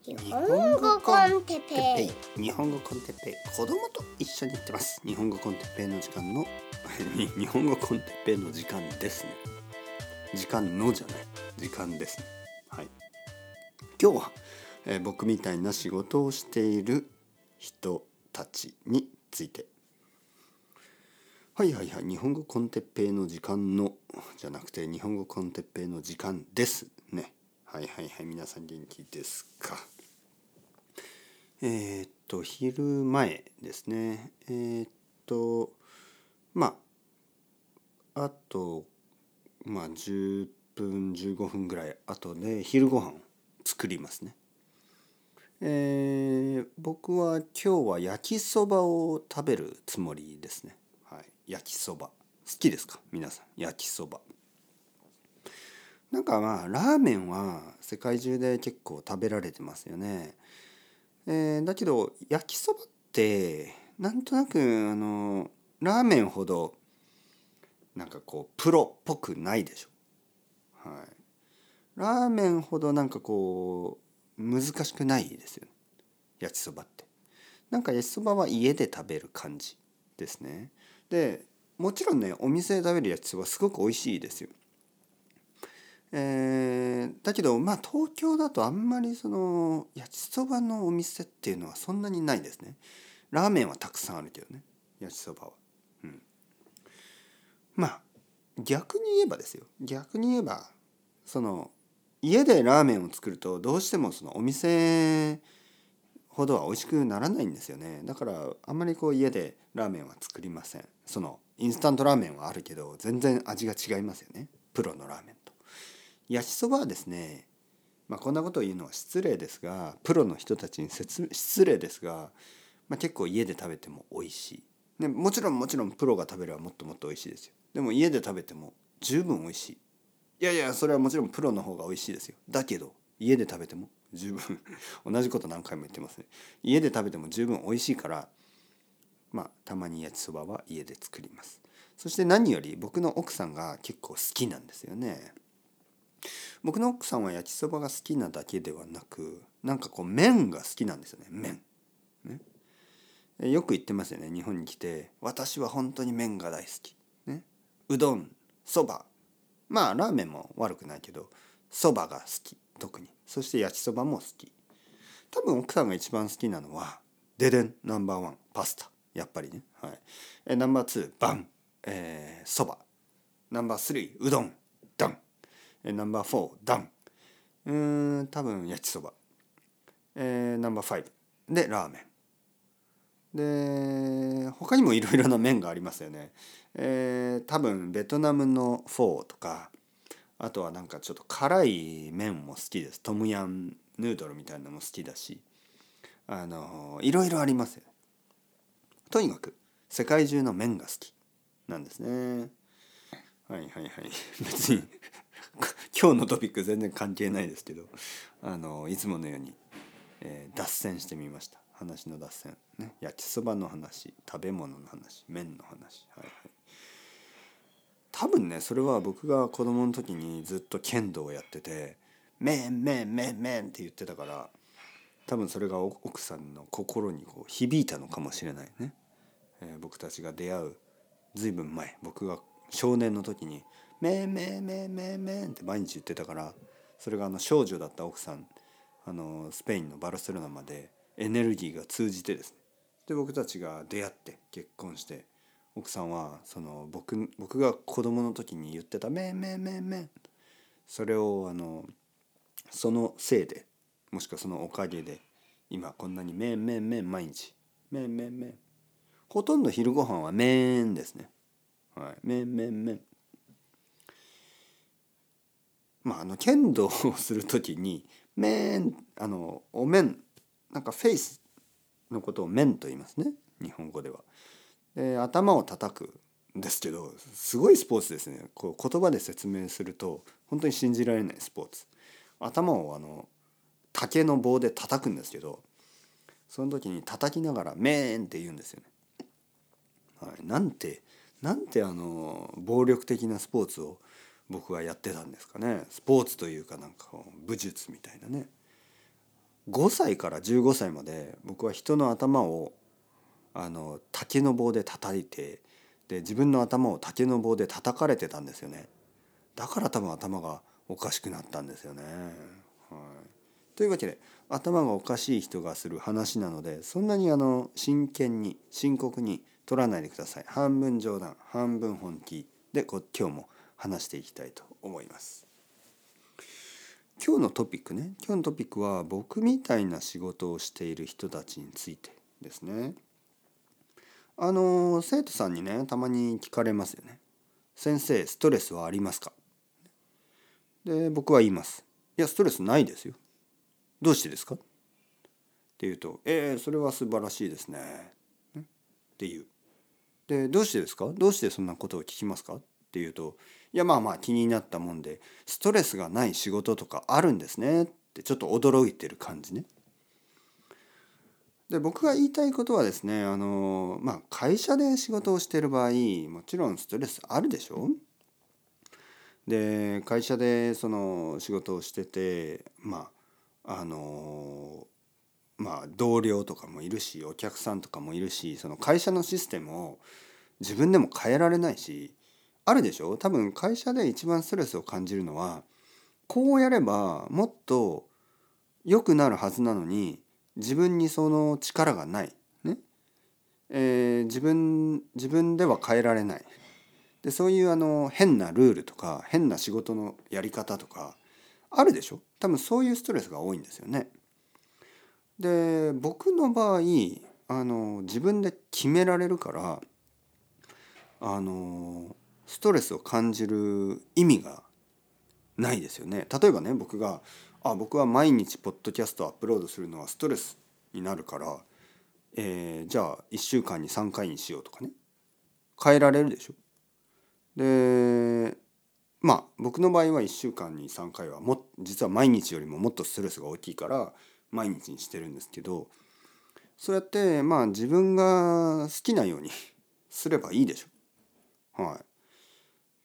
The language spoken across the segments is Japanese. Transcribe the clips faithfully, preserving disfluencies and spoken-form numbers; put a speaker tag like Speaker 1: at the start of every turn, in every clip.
Speaker 1: 日本語コンテッペイ、日本語コンテッペイ、子供と一緒に行ってます。日本語コンテッペイの時間の日本語コンテッペイの時間ですね。時間のじゃない時間ですね。はい。今日は、えー、僕みたいな仕事をしている人たちについて。はいはいはい、日本語コンテッペイの時間のじゃなくて日本語コンテッペイの時間ですね。はいはいはい、皆さん元気ですか？えー、っと昼前ですね。えー、っとまああとまあじゅっぷんじゅうごふんぐらい後で昼ご飯を作りますね。えー、僕は今日は焼きそばを食べるつもりですね。はい、焼きそば好きですか皆さん？焼きそばなんかまあラーメンは世界中で結構食べられてますよね。えー、だけど焼きそばってなんとなくあのラーメンほどなんかこうプロっぽくないでしょ。はい。ラーメンほどなんかこう難しくないですよね。焼きそばって。なんか焼きそばは家で食べる感じですね。で、もちろんねお店で食べる焼きそばすごく美味しいですよ。えー、だけどまあ東京だとあんまりその焼きそばのお店っていうのはそんなにないですね。ラーメンはたくさんあるけどね、焼きそばは。うん。まあ逆に言えばですよ。逆に言えばその家でラーメンを作るとどうしてもそのお店ほどは美味しくならないんですよね。だからあんまりこう家でラーメンは作りません。そのインスタントラーメンはあるけど全然味が違いますよね。プロのラーメンと。焼きそばはですね、まあこんなことを言うのは失礼ですが、プロの人たちに失礼ですが、まあ、結構家で食べても美味しい。ね、もちろんもちろんプロが食べればもっともっと美味しいですよ。でも家で食べても十分美味しい。いやいや、それはもちろんプロの方が美味しいですよ。だけど家で食べても十分同じこと何回も言ってますね。家で食べても十分美味しいから、まあたまに焼きそばは家で作ります。そして何より僕の奥さんが結構好きなんですよね。僕の奥さんは焼きそばが好きなだけではなく、なんかこう麺が好きなんですよね。麺ね。よく言ってますよね。日本に来て私は本当に麺が大好き、ね、うどん、そば、まあラーメンも悪くないけどそばが好き、特に。そして焼きそばも好き。多分奥さんが一番好きなのはデデンナンバーワンパスタ、やっぱりね。はい。えナンバーツーバン、えー、そば。ナンバースリーうどんダン。えナンバーフォーダン。うーん多分焼きそば。えー、ナンバーファイブでラーメンで、他にもいろいろな麺がありますよね。えー、多分ベトナムのフォーとか、あとはなんかちょっと辛い麺も好きです。トムヤンヌードルみたいなのも好きだし、あのいろいろありますよ。とにかく世界中の麺が好きなんですね。はいはいはい。別に今日のトピック全然関係ないですけど、あのいつものように、えー、脱線してみました。話の脱線、ね、焼きそばの話、食べ物の話、麺の話、はいはい。多分ねそれは僕が子供の時にずっと剣道をやってて麺麺麺麺って言ってたから、多分それが奥さんの心にこう響いたのかもしれないね。えー、僕たちが出会うずいぶん前、僕が少年の時に麺麺麺麺麺って毎日言ってたから、それがあの少女だった奥さん、あのスペインのバルセロナまでエネルギーが通じてですね。で僕たちが出会って結婚して、奥さんはその僕僕が子供の時に言ってた「めんめんめんめん」それをあのそのせいで、もしくはそのおかげで今こんなに「めんめんめん」毎日「めんめんめん」ほとんど昼ご飯は麺ですね。はい、麺麺麺。まああの剣道をする時に麺、あのお面、なんかフェイスのことを面と言いますね、日本語では。で頭を叩くんですけど、すごいスポーツですね。こう言葉で説明すると本当に信じられないスポーツ。頭をあの竹の棒で叩くんですけど、その時に叩きながらメーンって言うんですよね。はい、なんてなんてあの暴力的なスポーツを僕はやってたんですかね。スポーツというかなんか武術みたいなね。 ごさいからじゅうごさいまで僕は人の頭をあの竹の棒で叩いて、で自分の頭を竹の棒で叩かれてたんですよね。だから多分頭がおかしくなったんですよね。はい、というわけで頭がおかしい人がする話なので、そんなにあの真剣に深刻に取らないでください。半分冗談半分本気でこ今日も話していきたいと思います。今日のトピックね今日のトピックは僕みたいな仕事をしている人たちについてですね。あの生徒さんにねたまに聞かれますよね。先生ストレスはありますか？で僕は言います。いやストレスないですよ。どうしてですかって言うと、えー、それは素晴らしいですねっていう。でどうしてですか、どうしてそんなことを聞きますかっていうと、いやまあまあ気になったもんで、ストレスがない仕事とかあるんですねってちょっと驚いてる感じね。で僕が言いたいことはですね、あのまあ会社で仕事をしている場合もちろんストレスあるでしょ。で会社でその仕事をしてて、まああのまあ同僚とかもいるしお客さんとかもいるし、その会社のシステムを自分でも変えられないし、あるでしょ。多分会社で一番ストレスを感じるのは、こうやればもっと良くなるはずなのに自分にその力がないね、えー、自分自分では変えられない。でそういうあの変なルールとか変な仕事のやり方とかあるでしょ。多分そういうストレスが多いんですよね。で僕の場合あの自分で決められるから、あのストレスを感じる意味がないですよね。例えばね僕があ僕は毎日ポッドキャストをアップロードするのはストレスになるから、えー、じゃあいっしゅうかんにさんかいにしようとかね、変えられるでしょ。でまあ僕の場合はいっしゅうかんにさんかいはも実は毎日よりももっとストレスが大きいから毎日にしてるんですけど、そうやってまあ自分が好きなようにすればいいでしょ。はい。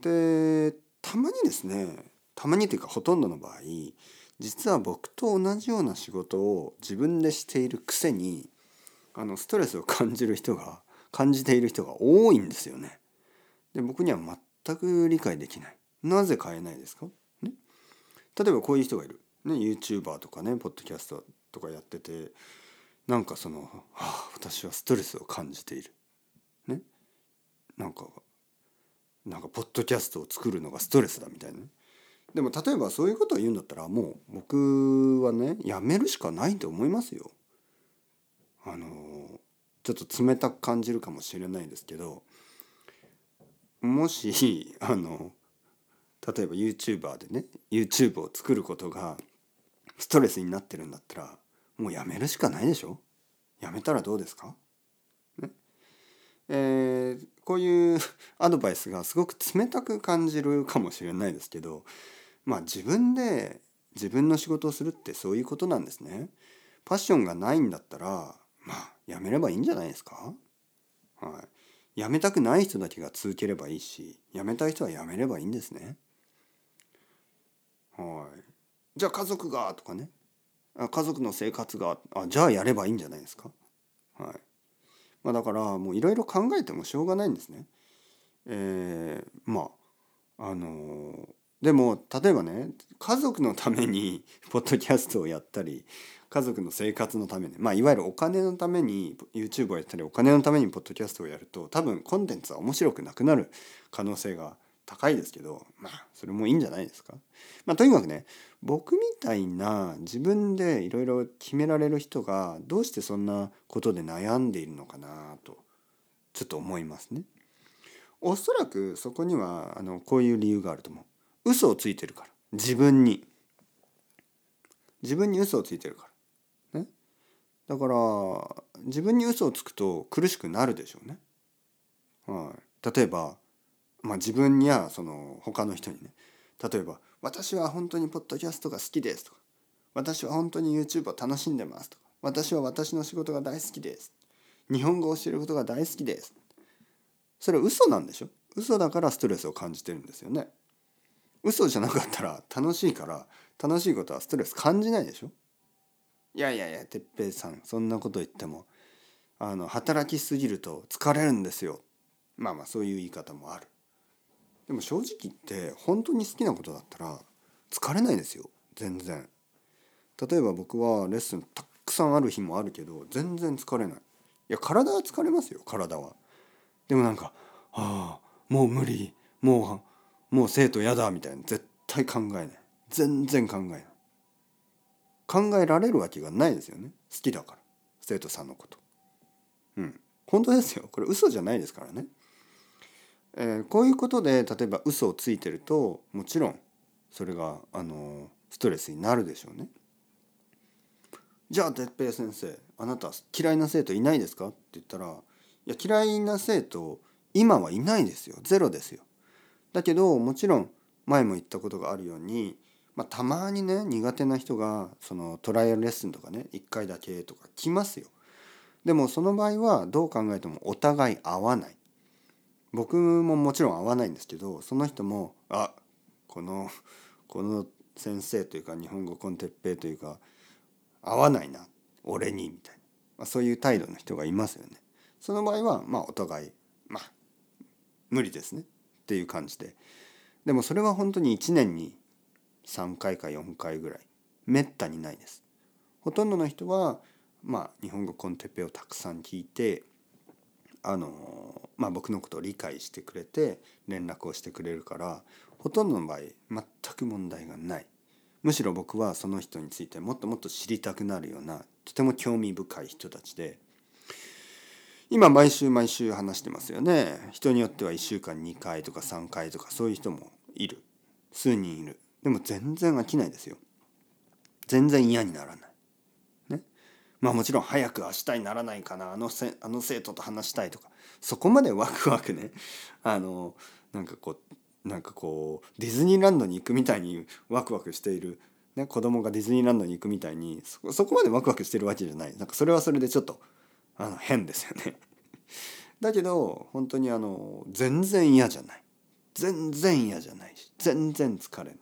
Speaker 1: でたまにですね、たまにというかほとんどの場合、実は僕と同じような仕事を自分でしているくせにあのストレスを感じる人が感じている人が多いんですよね。で僕には全く理解できない。なぜ変えないですか、ね、例えばこういう人がいる、ね、YouTuber とかねポッドキャストとかやってて、なんかその、はあ、私はストレスを感じている、ね、なんかなんかポッドキャストを作るのがストレスだみたいなね。でも例えばそういうことを言うんだったらもう僕はねやめるしかないと思いますよ。あのちょっと冷たく感じるかもしれないですけど、もしあの例えば YouTuber でね YouTube を作ることがストレスになってるんだったらもうやめるしかないでしょ。やめたらどうですか、ねえー、こういうアドバイスがすごく冷たく感じるかもしれないですけど、まあ自分で自分の仕事をするってそういうことなんですね。パッションがないんだったらまあやめればいいんじゃないですか。はい。やめたくない人だけが続ければいいし、やめたい人はやめればいいんですね。はい。じゃあ家族がとかね、あ家族の生活があじゃあやればいいんじゃないですか。はい。まあだからもういろいろ考えてもしょうがないんですね。えー、まああのーでも例えばね家族のためにポッドキャストをやったり、家族の生活のために、まあいわゆるお金のために YouTube をやったりお金のためにポッドキャストをやると多分コンテンツは面白くなくなる可能性が高いですけど、まあそれもいいんじゃないですか。まあとにかくね、僕みたいな自分でいろいろ決められる人がどうしてそんなことで悩んでいるのかなとちょっと思いますね。おそらくそこにはあのこういう理由があると思う。嘘をついてるから。自分に自分に嘘をついてるからね。だから自分に嘘をつくと苦しくなるでしょうね。はい。例えば、まあ、自分やその他の人にね、例えば私は本当にポッドキャストが好きですとか、私は本当に YouTube を楽しんでますとか、私は私の仕事が大好きです、日本語を教えることが大好きです。それは嘘なんでしょ。嘘だからストレスを感じてるんですよね。嘘じゃなかったら楽しいから、楽しいことはストレス感じないでしょ。 いやいやいや哲平さんそんなこと言ってもあの働きすぎると疲れるんですよ。まあまあそういう言い方もある。でも正直言って本当に好きなことだったら疲れないですよ全然。例えば僕はレッスンたくさんある日もあるけど全然疲れない。いや体は疲れますよ体は。でもなんかああもう無理もうもう生徒やだみたいな絶対考えない。全然考えない。考えられるわけがないですよね好きだから生徒さんのこと。うん本当ですよこれ嘘じゃないですからね。えーこういうことで例えば嘘をついてるともちろんそれがあのストレスになるでしょうね。じゃあ哲平先生あなた嫌いな生徒いないですかって言ったらいや嫌いな生徒今はいないですよゼロですよ。だけどもちろん前も言ったことがあるように、まあ、たまにね苦手な人がそのトライアルレッスンとかねいっかいだけとか来ますよ。でもその場合はどう考えてもお互い合わない。僕ももちろん合わないんですけどその人もあこのこの先生というか日本語コンテッペイというか合わないな俺にみたいな、まあ、そういう態度の人がいますよね。その場合はまあお互いまあ無理ですねっていう感じで。でもそれは本当にいちねんにさんかいかよんかいぐらいめったにないです。ほとんどの人はまあ日本語コンテッペイをたくさん聞いてあのまあ僕のことを理解してくれて連絡をしてくれるからほとんどの場合全く問題がない。むしろ僕はその人についてもっともっと知りたくなるようなとても興味深い人たちで今毎週毎週話してますよね。人によってはいっしゅうかんにかいとかさんかいとかそういう人もいる。数人いる。でも全然飽きないですよ。全然嫌にならない。ね。まあもちろん早く明日にならないかなあのせあの生徒と話したいとかそこまでワクワクねあのなんかこうなんかこうディズニーランドに行くみたいにワクワクしている、ね、子供がディズニーランドに行くみたいにそそこまでワクワクしてるわけじゃない。なんかそれはそれでちょっとあの変ですよね。だけど本当にあの全然嫌じゃない。全然嫌じゃないし全然疲れない。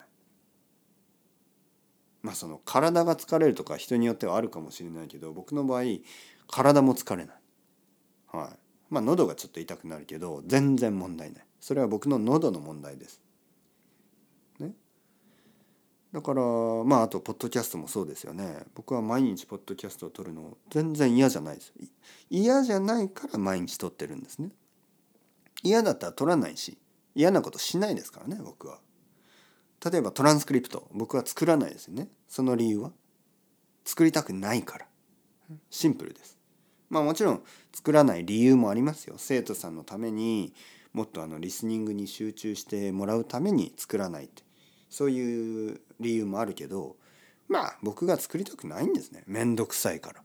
Speaker 1: まあその体が疲れるとか人によってはあるかもしれないけど僕の場合体も疲れない。はい。まあ喉がちょっと痛くなるけど全然問題ない。それは僕の喉の問題です。ね。だからまああとポッドキャストもそうですよね。僕は毎日ポッドキャストを撮るの全然嫌じゃないです。嫌じゃないから毎日撮ってるんですね。嫌だったら撮らないし嫌なことしないですからね僕は。例えばトランスクリプト僕は作らないですよね。その理由は作りたくないから。シンプルです。まあもちろん作らない理由もありますよ。生徒さんのためにもっとあのリスニングに集中してもらうために作らないってそういう理由もあるけどまあ僕が作りたくないんですね。めんどくさいから。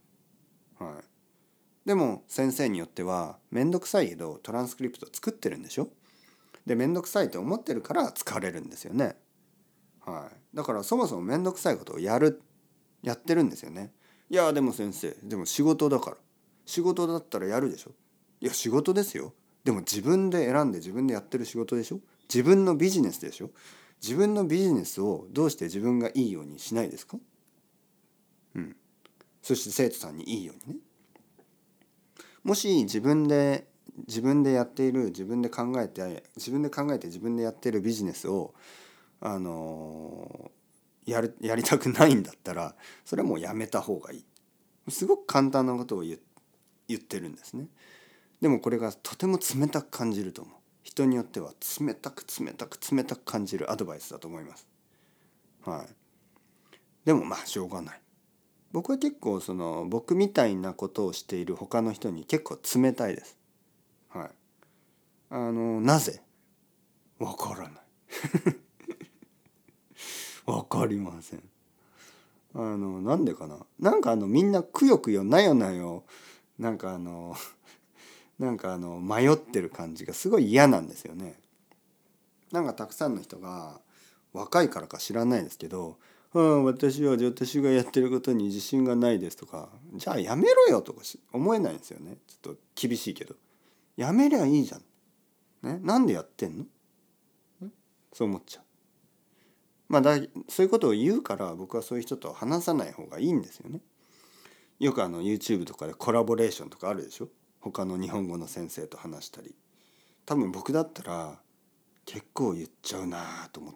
Speaker 1: はい。でも先生によってはめんどくさいけどトランスクリプト作ってるんでしょ。でめんどくさいと思ってるから疲れるんですよね。はい。だからそもそもめんどくさいことをやるやってるんですよね。いやでも先生でも仕事だから仕事だったらやるでしょ。いや仕事ですよ。でも自分で選んで自分でやってる仕事でしょ。自分のビジネスでしょ。自分のビジネスをどうして自分がいいようにしないですか。うん。そして生徒さんにいいようにね。もし自分で自分でやっている自分で考えて自分で考えて自分でやっているビジネスをあのやるやりたくないんだったらそれはもうやめた方がいい。すごく簡単なことを言言ってるんですね。でもこれがとても冷たく感じると思う。人によっては冷たく冷たく冷たく感じるアドバイスだと思います。はい。でもまあしょうがない。僕は結構その僕みたいなことをしている他の人に結構冷たいです。はい。あのなぜわからない。わかりません。あのなんでかな。なんかあのみんなくよくよなよなよなんかあのなんかあの迷ってる感じがすごい嫌なんですよね。なんかたくさんの人が若いからか知らないですけど「ああ私は私がやってることに自信がないです」とか「じゃあやめろよ」とか思えないんですよね。ちょっと厳しいけどやめりゃいいじゃん。ね、なんでやってんの。そう思っちゃう。まあだそういうことを言うから僕はそういう人と話さない方がいいんですよね。 よくあの YouTube とかでコラボレーションとかあるでしょ。他の日本語の先生と話したり。多分僕だったら結構言っちゃうなと思って、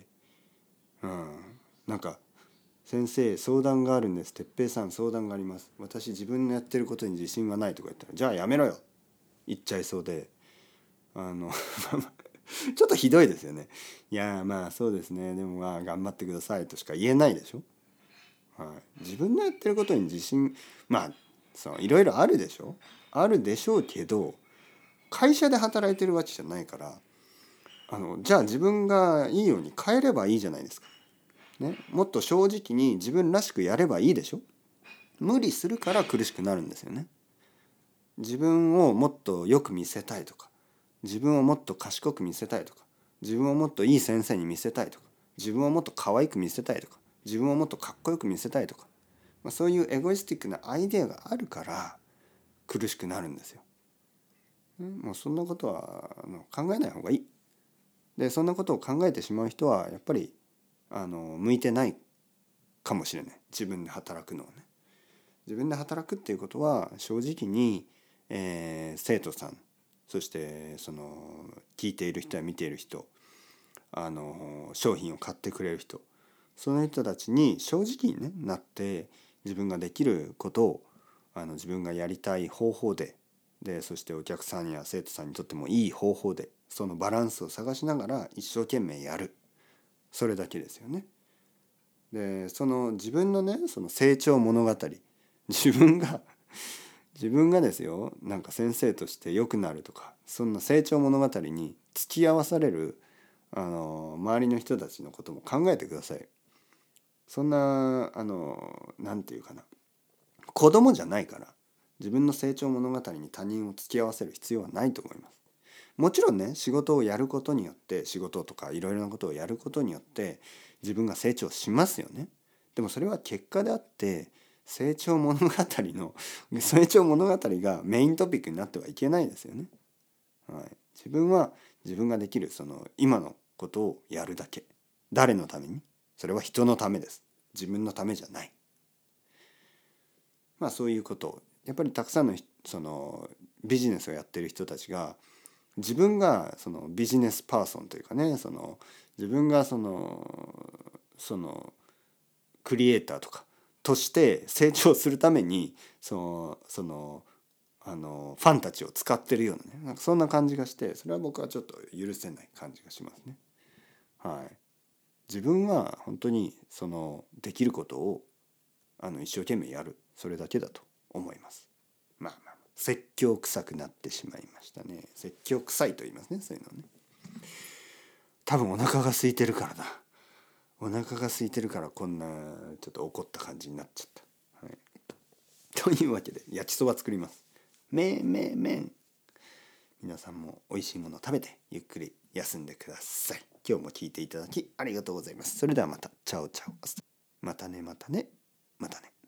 Speaker 1: うん、なんか先生相談があるんです。哲平さん相談があります。私自分のやってることに自信がないとか言ったら、じゃあやめろよ言っちゃいそうで、あのちょっとひどいですよね。いやまあそうですね、でもまあ頑張ってくださいとしか言えないでしょ。はい、自分のやってることに自信、まあそういろいろあるでしょ。あるでしょうけど、会社で働いてるわけじゃないから、あのじゃあ自分がいいように変えればいいじゃないですか。ね、もっと正直に自分らしくやればいいでしょ。無理するから苦しくなるんですよね。自分をもっとよく見せたいとか、自分をもっと賢く見せたいとか、自分をもっといい先生に見せたいとか、自分をもっと可愛く見せたいとか、自分をもっとかっこよく見せたいとか、まあ、そういうエゴイスティックなアイデアがあるから苦しくなるんですよ。もうそんなことは考えない方がいい。でそんなことを考えてしまう人はやっぱりあの向いてないかもしれない。自分で働くのはね。自分で働くっていうことは正直に、えー、生徒さん、そしてその聞いている人や見ている人、あの商品を買ってくれる人、その人たちに正直に、ね、なって自分ができることをあの自分がやりたい方法ででそしてお客さんや生徒さんにとってもいい方法でそのバランスを探しながら一生懸命やる、それだけですよね。でその自分のねその成長物語、自分が自分がですよ、なんか先生として良くなるとかそんな成長物語に付き合わされるあの周りの人たちのことも考えてください。そんなあのなんていうかな、子供じゃないから自分の成長物語に他人を付き合わせる必要はないと思います。もちろんね、仕事をやることによって仕事とかいろいろなことをやることによって自分が成長しますよね。でもそれは結果であって成長物語の成長物語がメイントピックになってはいけないですよね。はい、自分は自分ができるその今のことをやるだけ。誰のために？それは人のためです。自分のためじゃない。まあそういうことをやっぱりたくさんのそのビジネスをやっている人たちが自分がそのビジネスパーソンというかね、その自分がそのそのクリエイターとかとして成長するためにそのそのあのファンたちを使ってるようなね、なんかそんな感じがして、それは僕はちょっと許せない感じがしますね。はい、自分は本当にそのできることをあの一生懸命やる、それだけだと思います。まあまあ説教臭くなってしまいましたね。説教臭いと言いますね、そういうのね。多分お腹が空いてるからだ。お腹が空いてるからこんなちょっと怒った感じになっちゃった。はい、というわけで焼きそば作ります。めんめんめん。皆さんも美味しいものを食べてゆっくり休んでください。今日も聞いていただきありがとうございます。それではまた。チャオチャオ。またねまたねまたね。